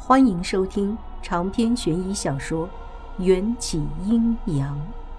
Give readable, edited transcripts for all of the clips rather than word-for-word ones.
欢迎收听长篇悬疑小说《缘起阴阳》。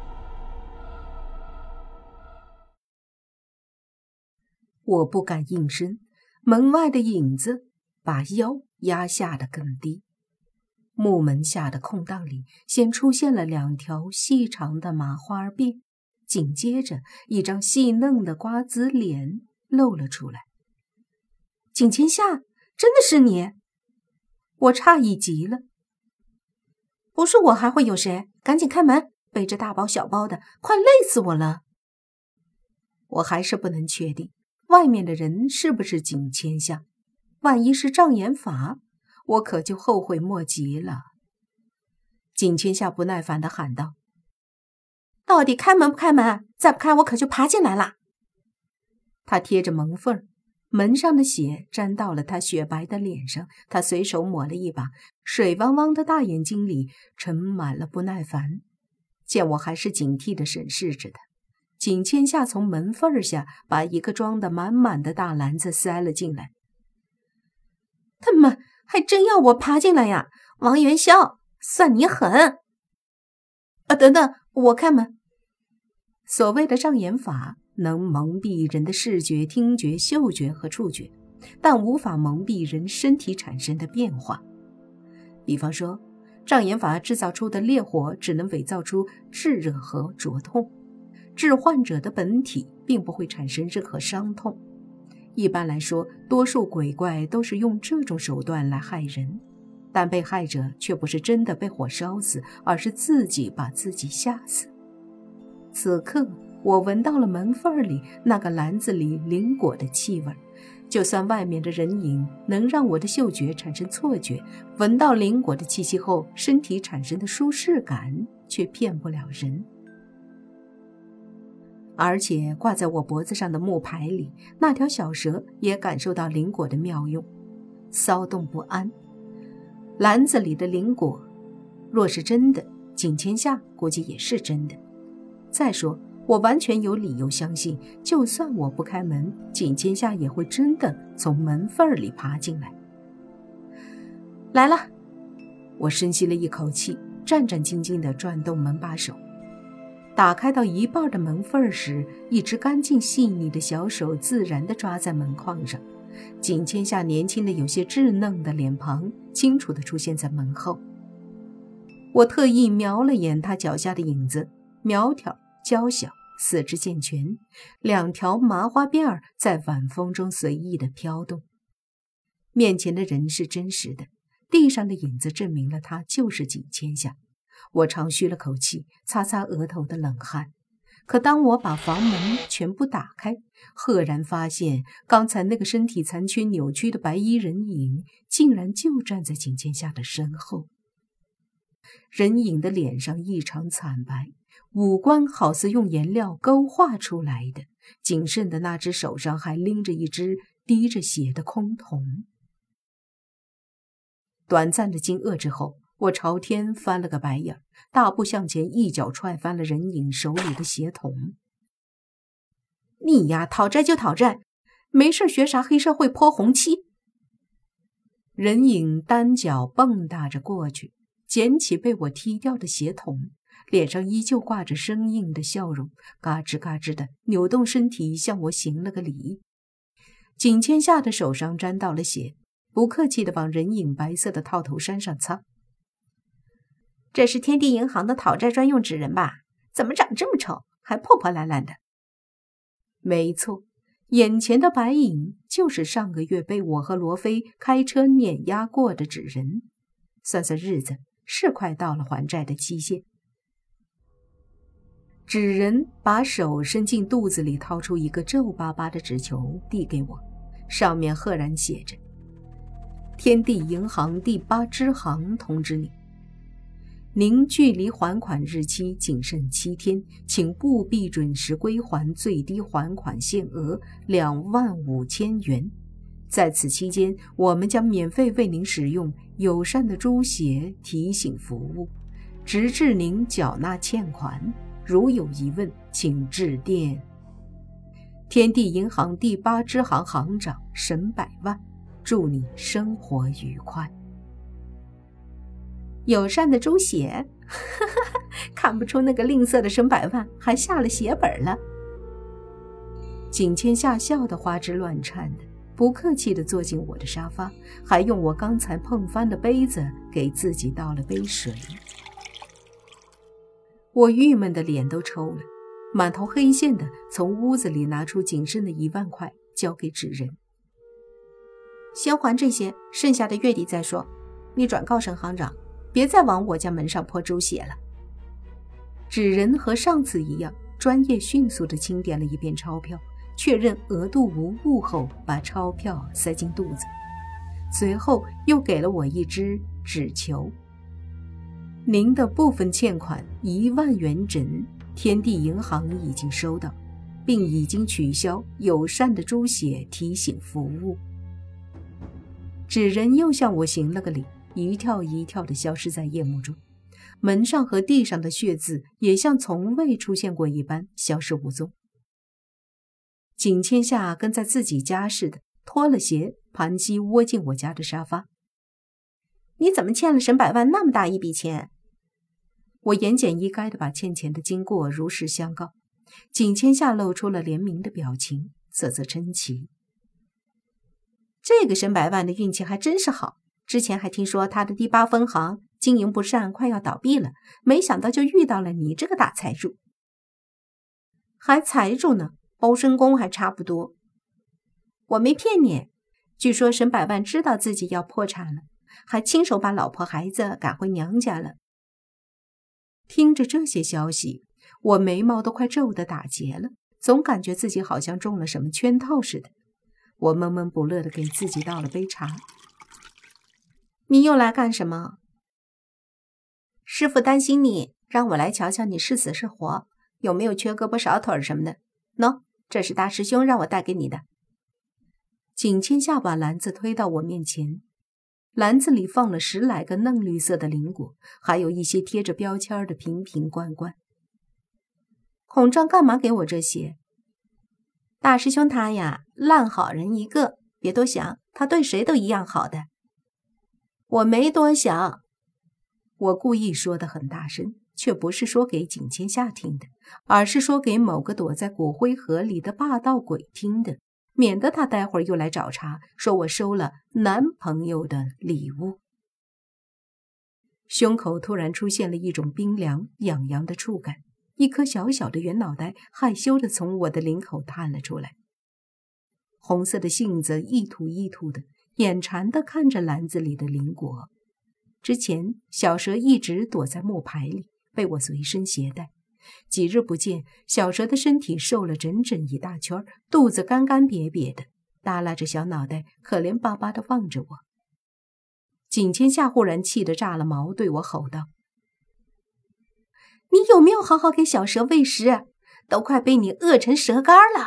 我不敢应声，门外的影子把腰压下得更低。木门下的空档里先出现了2条细长的麻花辫，紧接着一张细嫩的瓜子脸露了出来。景千夏，真的是你？我诧异极了。不是我还会有谁？赶紧开门，背着大包小包的，快累死我了。我还是不能确定外面的人是不是景千夏，万一是障眼法，我可就后悔莫及了。景千夏不耐烦地喊道：到底开门不开门？再不开我可就爬进来了。他贴着门缝，门上的血沾到了他雪白的脸上，他随手抹了一把，水汪汪的大眼睛里盛满了不耐烦。见我还是警惕地审视着他，景千夏从门缝下把一个装得满满的大篮子塞了进来。他们还真要我爬进来呀！王元宵，算你狠！等等，我开门。所谓的障眼法能蒙蔽人的视觉、听觉、嗅觉和触觉，但无法蒙蔽人身体产生的变化。比方说，障眼法制造出的烈火只能伪造出炙热和灼痛，致患者的本体并不会产生任何伤痛。一般来说，多数鬼怪都是用这种手段来害人，但被害者却不是真的被火烧死，而是自己把自己吓死。此刻我闻到了门缝里那个篮子里灵果的气味，就算外面的人影能让我的嗅觉产生错觉，闻到灵果的气息后身体产生的舒适感却骗不了人。而且挂在我脖子上的木牌里，那条小蛇也感受到灵果的妙用，骚动不安。篮子里的灵果若是真的，景千夏估计也是真的。再说，我完全有理由相信，就算我不开门，景千夏也会真的从门缝里爬进来。来了。我深吸了一口气，战战兢兢地转动门把手。打开到一半的门缝时，一只干净细腻的小手自然地抓在门框上，景千夏年轻的有些稚嫩的脸庞清楚地出现在门后。我特意瞄了眼他脚下的影子，苗条娇小，四肢健全，2条麻花辫儿在晚风中随意地飘动。面前的人是真实的，地上的影子证明了他就是景千夏。我长吁了口气，擦擦额头的冷汗。可当我把房门全部打开，赫然发现刚才那个身体残缺扭曲的白衣人影竟然就站在景千夏的身后。人影的脸上异常惨白，五官好似用颜料勾画出来的，仅剩的那只手上还拎着一只滴着血的空桶。短暂的惊愕之后，我朝天翻了个白眼，大步向前，一脚踹翻了人影手里的血桶。你呀，讨债就讨债，没事学啥黑社会泼红漆？人影单脚蹦跶着过去，捡起被我踢掉的血桶，脸上依旧挂着生硬的笑容，嘎吱嘎吱的扭动身体向我行了个礼。景千夏的手上沾到了血，不客气地往人影白色的套头衫上擦。这是天地银行的讨债专用纸人吧？怎么长这么丑，还破破烂烂的？没错，眼前的白影就是上个月被我和罗非开车碾压过的纸人。算算日子，是快到了还债的期限。纸人把手伸进肚子里，掏出一个皱巴巴的纸球递给我，上面赫然写着：天地银行第8支行通知你，您距离还款日期仅剩7天，请务必准时归还最低还款限额25000元。在此期间，我们将免费为您使用友善的猪血提醒服务，直至您缴纳欠款。如有疑问，请致电天地银行第8支行行长沈百万。祝你生活愉快。 友善的猪血，看不出那个吝啬的沈百万还下了血本了。景千夏笑得花枝乱颤的，不客气地坐进我的沙发，还用我刚才碰翻的杯子给自己倒了杯水。我郁闷的脸都抽了，满头黑线的从屋子里拿出仅剩的1万块交给纸人。先还这些，剩下的月底再说。你转告沈行长，别再往我家门上泼猪血了。纸人和上次一样，专业迅速地清点了一遍钞票，确认额度无误后，把钞票塞进肚子，随后又给了我一只纸球。您的部分欠款1万元整，天地银行已经收到，并已经取消友善的猪血提醒服务。纸人又向我行了个礼，一跳一跳地消失在夜幕中，门上和地上的血渍也像从未出现过一般消失无踪。景千夏跟在自己家似的，脱了鞋，盘膝窝进我家的沙发。你怎么欠了沈百万那么大一笔钱？我言简意赅地把欠钱的经过如实相告。景千夏露出了怜悯的表情，啧啧称奇。这个沈百万的运气还真是好，之前还听说他的第8分行经营不善，快要倒闭了，没想到就遇到了你这个大财主。还财主呢，包身工还差不多。我没骗你，据说沈百万知道自己要破产了，还亲手把老婆孩子赶回娘家了。听着这些消息，我眉毛都快皱得打结了，总感觉自己好像中了什么圈套似的。我闷闷不乐地给自己倒了杯茶。你又来干什么？师傅担心你，让我来瞧瞧你是死是活，有没有缺胳膊少腿什么的。喏，这是大师兄让我带给你的。景千夏把篮子推到我面前，篮子里放了10来个嫩绿色的灵果，还有一些贴着标签的瓶瓶罐罐。孔丈干嘛给我这些？大师兄他呀，烂好人一个，别多想，他对谁都一样好的。我没多想，我故意说得很大声，却不是说给景千夏听的，而是说给某个躲在骨灰盒里的霸道鬼听的，免得他待会儿又来找茬，说我收了男朋友的礼物。胸口突然出现了一种冰凉痒痒的触感，一颗小小的圆脑袋害羞地从我的领口探了出来。红色的杏子一吐一吐的，眼馋地看着篮子里的灵果。之前小蛇一直躲在木牌里，被我随身携带。几日不见，小蛇的身体瘦了整整一大圈，肚子干干瘪瘪的，耷拉着小脑袋，可怜巴巴地望着我。景千夏忽然气得炸了毛，对我吼道：你有没有好好给小蛇喂食？都快被你饿成蛇干了！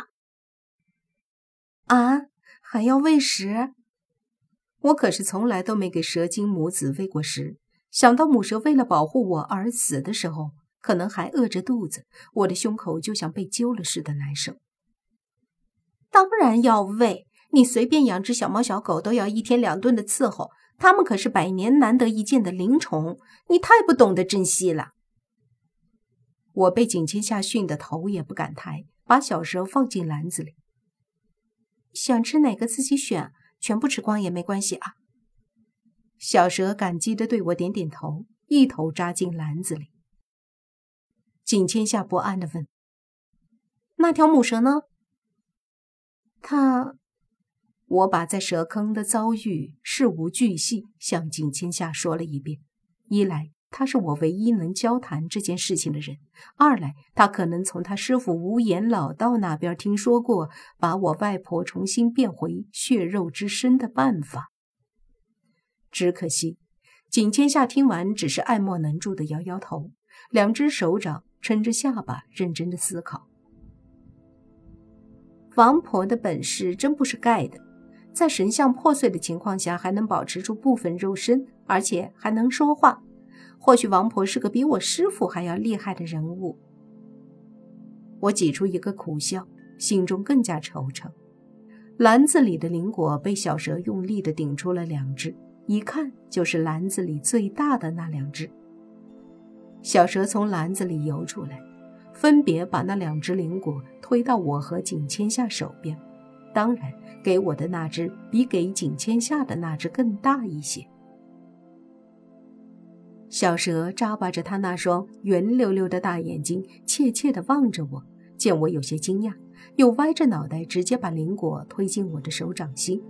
啊，还要喂食？我可是从来都没给蛇精母子喂过食，想到母蛇为了保护我而死的时候，可能还饿着肚子，我的胸口就像被揪了似的难受。当然要喂，你随便养只小猫小狗都要1天2顿的伺候，它们可是100年难得一见的灵宠，你太不懂得珍惜了。我被景千夏训得头也不敢抬，把小蛇放进篮子里。想吃哪个自己选，全部吃光也没关系啊。小蛇感激地对我点点头，一头扎进篮子里。景千夏不安地问：那条母蛇呢？我把在蛇坑的遭遇事无巨细向景千夏说了一遍。一来他是我唯一能交谈这件事情的人，二来他可能从他师父无言老道那边听说过把我外婆重新变回血肉之身的办法。只可惜景千夏听完只是爱莫能助的摇摇头，两只手掌撑着下巴认真的思考。王婆的本事真不是盖的，在神像破碎的情况下还能保持住部分肉身，而且还能说话。或许王婆是个比我师父还要厉害的人物。我挤出一个苦笑，心中更加惆怅。篮子里的灵果被小蛇用力地顶出了2只， 一看就是篮子里最大的那2只。小蛇从篮子里游出来，分别把那2只灵果推到我和景千夏手边，当然给我的那只比给景千夏的那只更大一些。小蛇眨巴着它那双圆溜溜的大眼睛，怯怯地望着我，见我有些惊讶，又歪着脑袋直接把灵果推进我的手掌心。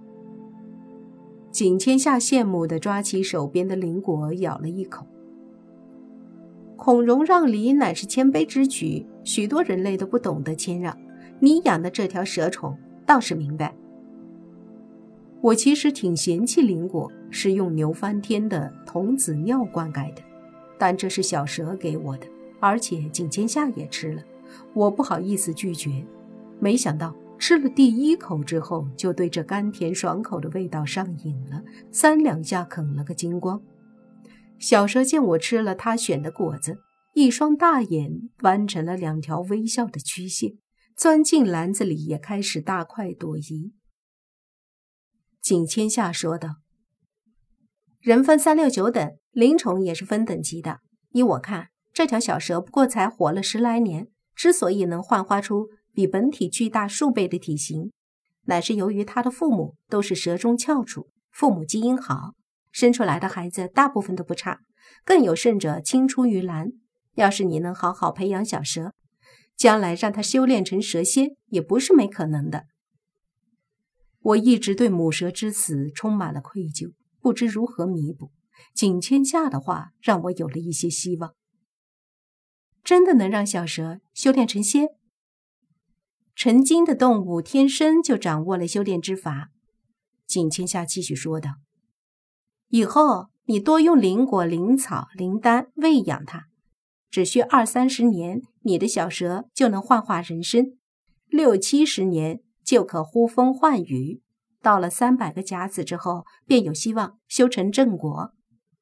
景千夏羡慕地抓起手边的灵果咬了一口。孔融让梨乃是谦卑之举，许多人类都不懂得谦让，你养的这条蛇虫倒是明白。我其实挺嫌弃灵果是用牛翻天的童子尿灌溉的，但这是小蛇给我的，而且景千夏也吃了，我不好意思拒绝。没想到吃了第1口之后，就对这甘甜爽口的味道上瘾了，3两下啃了个精光。小蛇见我吃了他选的果子，一双大眼弯成了2条微笑的曲线，钻进篮子里也开始大快朵颐。景千夏说道：“人分3、6、9等，灵虫也是分等级的。依我看，这条小蛇不过才活了10来年，之所以能幻化出比本体巨大数倍的体型，乃是由于它的父母都是蛇中翘楚，父母基因好，生出来的孩子大部分都不差，更有甚者青出于蓝。要是你能好好培养小蛇，将来让它修炼成蛇仙也不是没可能的。”我一直对母蛇之死充满了愧疚，不知如何弥补。景千夏的话让我有了一些希望。真的能让小蛇修炼成仙？成精的动物天生就掌握了修炼之法。景千夏继续说道：“以后你多用灵果、灵草、灵丹喂养它，只需20、30年，你的小蛇就能幻化人身，60、70年就可呼风唤雨，到了300个甲子之后，便有希望修成正果。”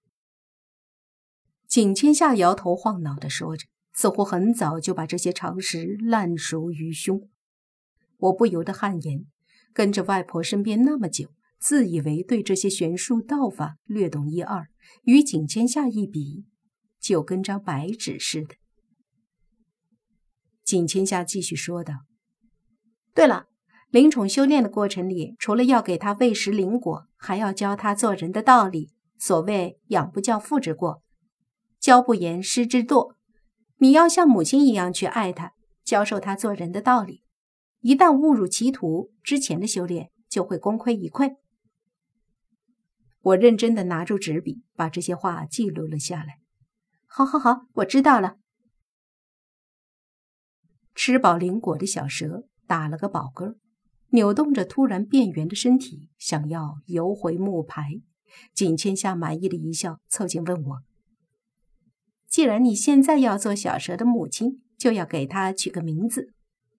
景千夏摇头晃脑地说着，似乎很早就把这些常识烂熟于胸。我不由得汗颜，跟着外婆身边那么久，自以为对这些玄术道法略懂1、2，与景千夏一比，就跟张白纸似的。景千夏继续说道：“对了，灵宠修炼的过程里，除了要给他喂食灵果，还要教他做人的道理。所谓养不教，父之过；教不严，师之惰。你要像母亲一样去爱他，教授他做人的道理。一旦误入歧途，之前的修炼就会功亏一篑。”我认真地拿出纸笔，把这些话记录了下来。好，我知道了。吃饱灵果的小蛇打了个饱嗝，扭动着突然变圆的身体，想要游回木牌。景千夏满意的一笑，凑近问我：“既然你现在要做小蛇的母亲，就要给它取个名字。”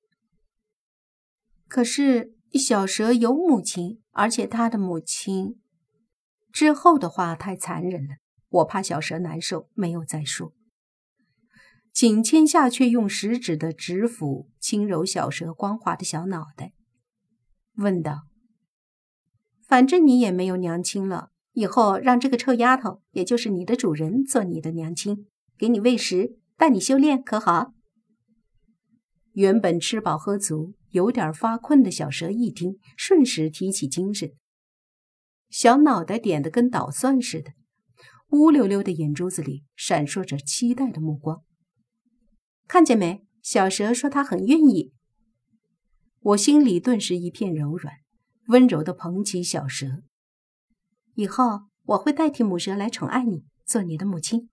可是小蛇有母亲，而且它的母亲……之后的话太残忍了，我怕小蛇难受，没有再说。景千夏却用食指的指腹轻揉小蛇光滑的小脑袋，问道：“反正你也没有娘亲了，以后让这个臭丫头，也就是你的主人，做你的娘亲，给你喂食，带你修炼，可好？”原本吃饱喝足，有点发困的小蛇一听，瞬时提起精神，小脑袋点得跟捣蒜似的，乌溜溜的眼珠子里闪烁着期待的目光。看见没？小蛇说他很愿意。我心里顿时一片柔软，温柔地捧起小蛇。以后我会代替母蛇来宠爱你，做你的母亲。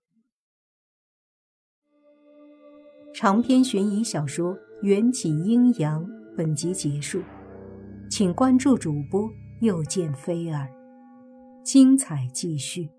长篇悬疑小说《缘起阴阳》本集结束，请关注主播又见菲儿，精彩继续。